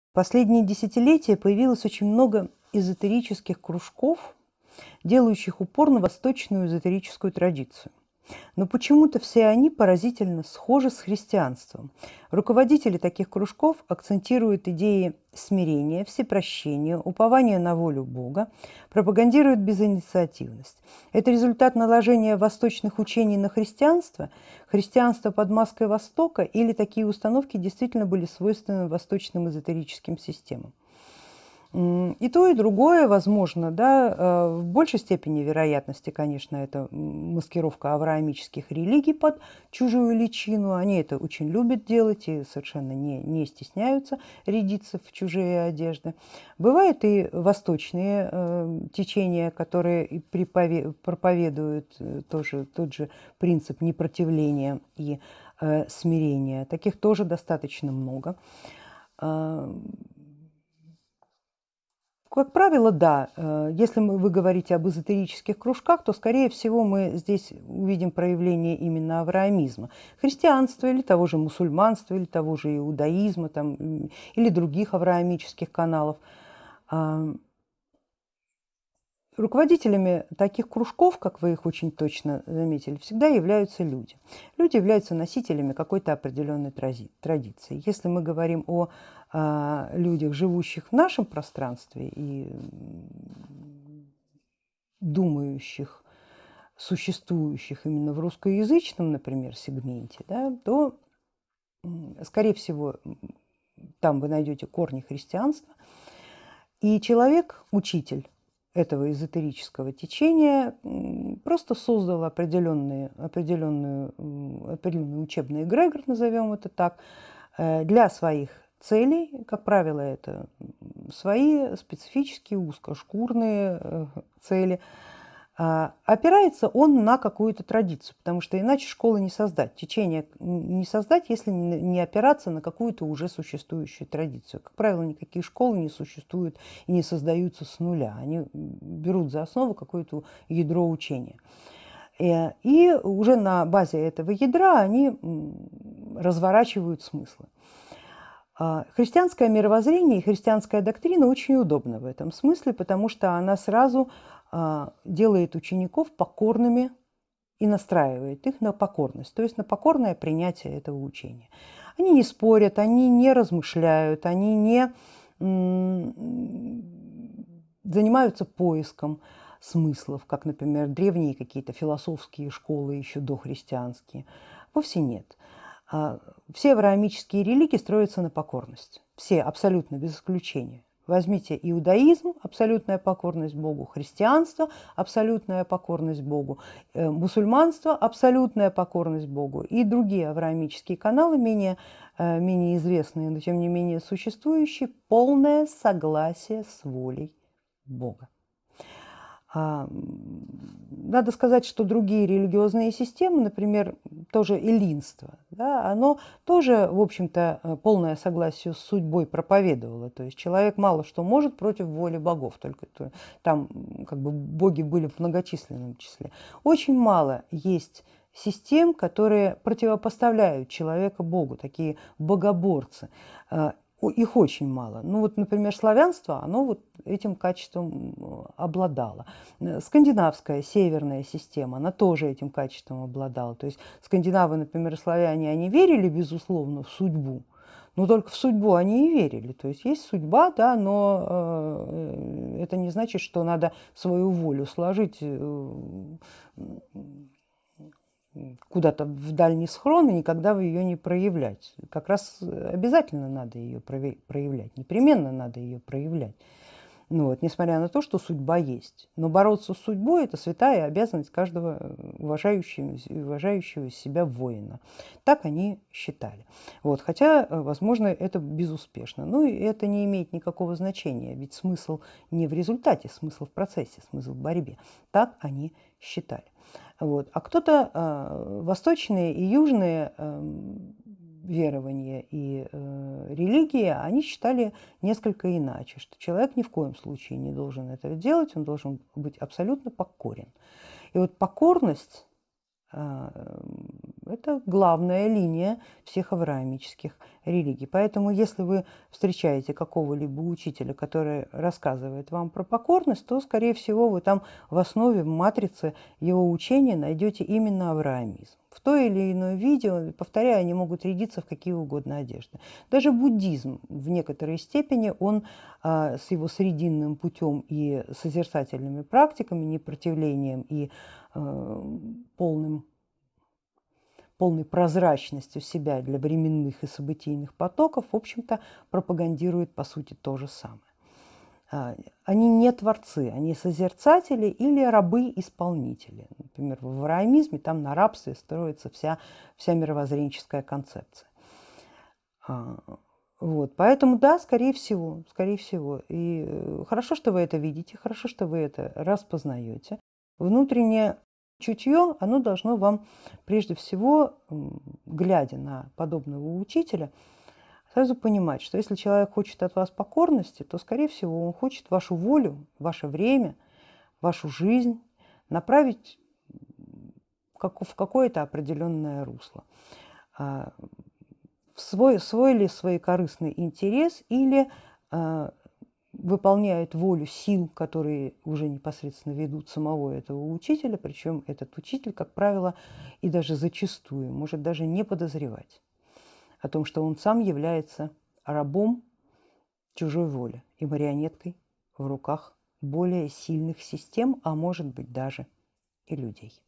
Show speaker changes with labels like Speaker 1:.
Speaker 1: Последние десятилетия появилось очень много эзотерических кружков, делающих упор на восточную эзотерическую традицию. Но почему-то все они поразительно схожи с христианством. Руководители таких кружков акцентируют идеи смирения, всепрощения, упования на волю Бога, пропагандируют безинициативность. Это результат наложения восточных учений на христианство, христианство под маской Востока, или такие установки действительно были свойственны восточным эзотерическим системам. И то, и другое возможно, да, в большей степени вероятности, конечно, это маскировка авраамических религий под чужую личину. Они это очень любят делать и совершенно не стесняются рядиться в чужие одежды. Бывают и восточные течения, которые и проповедуют тоже тот же принцип непротивления и смирения. Таких тоже достаточно много. Как правило, да. Если вы говорите об эзотерических кружках, то, скорее всего, мы здесь увидим проявление именно авраамизма. Христианства или того же мусульманства, или того же иудаизма, там, или других авраамических каналов. Руководителями таких кружков, как вы их очень точно заметили, всегда являются люди. Люди являются носителями какой-то определенной традиции. Если мы говорим о людях, живущих в нашем пространстве и думающих, существующих именно в русскоязычном, например, сегменте, да, то, скорее всего, там вы найдете корни христианства. И человек, учитель этого эзотерического течения, просто создал определенный учебный эгрегор, назовем это так, для своих целей. Как правило, это свои специфические узкошкурные цели. Опирается он на какую-то традицию, потому что иначе школы не создать, течение не создать, если не опираться на какую-то уже существующую традицию. Как правило, никакие школы не существуют и не создаются с нуля. Они берут за основу какое-то ядро учения. И уже на базе этого ядра они разворачивают смыслы. Христианское мировоззрение и христианская доктрина очень удобна в этом смысле, потому что она сразу делает учеников покорными и настраивает их на покорность, то есть на покорное принятие этого учения. Они не спорят, они не размышляют, они не занимаются поиском смыслов, как, например, древние какие-то философские школы еще дохристианские. Вовсе нет. Все авраамические религии строятся на покорность. Все, абсолютно, без исключения. Возьмите иудаизм, абсолютная покорность Богу, христианство, абсолютная покорность Богу, мусульманство, абсолютная покорность Богу и другие авраамические каналы, менее известные, но тем не менее существующие, полное согласие с волей Бога. Надо сказать, что другие религиозные системы, например, тоже эллинство, да, оно тоже, в общем-то, полное согласие с судьбой проповедовало. То есть человек мало что может против воли богов, только там как бы боги были в многочисленном числе. Очень мало есть систем, которые противопоставляют человека Богу, такие богоборцы. Их очень мало. Ну вот, например, славянство, оно вот этим качеством обладало. Скандинавская, северная система, она тоже этим качеством обладала. То есть скандинавы, например, славяне, они верили, безусловно, в судьбу, но только в судьбу они и верили. То есть есть судьба, да, но это не значит, что надо свою волю сложить куда-то в дальний схрон и никогда ее не проявлять. Как раз обязательно надо ее проявлять, непременно надо ее проявлять. Ну вот, несмотря на то, что судьба есть. Но бороться с судьбой – это святая обязанность каждого уважающего себя воина. Так они считали. Вот, хотя, возможно, это безуспешно. Но это не имеет никакого значения, ведь смысл не в результате, смысл в процессе, смысл в борьбе. Так они считали. Вот. А кто-то восточные и южные верования и религии, они считали несколько иначе, что человек ни в коем случае не должен этого делать, он должен быть абсолютно покорен. И вот покорность Это главная линия всех авраамических религий. Поэтому, если вы встречаете какого-либо учителя, который рассказывает вам про покорность, то, скорее всего, вы там в основе, в матрице его учения найдете именно авраамизм. В то или иное видео, повторяю, они могут рядиться в какие угодно одежды. Даже буддизм в некоторой степени, он с его срединным путем и созерцательными практиками, непротивлением и полной прозрачностью себя для временных и событийных потоков, в общем-то, пропагандирует, по сути, то же самое. Они не творцы, они созерцатели или рабы-исполнители. Например, в авраамизме там на рабстве строится вся мировоззренческая концепция. Вот, поэтому да, скорее всего. И хорошо, что вы это видите, хорошо, что вы это распознаете. Внутреннее чутье, оно должно вам прежде всего, глядя на подобного учителя, сразу понимать, что если человек хочет от вас покорности, то, скорее всего, он хочет вашу волю, ваше время, вашу жизнь направить в какое-то определенное русло. В свой ли своекорыстный интерес или выполняет волю сил, которые уже непосредственно ведут самого этого учителя, причем этот учитель, как правило, и даже зачастую может даже не подозревать о том, что он сам является рабом чужой воли и марионеткой в руках более сильных систем, а может быть даже и людей.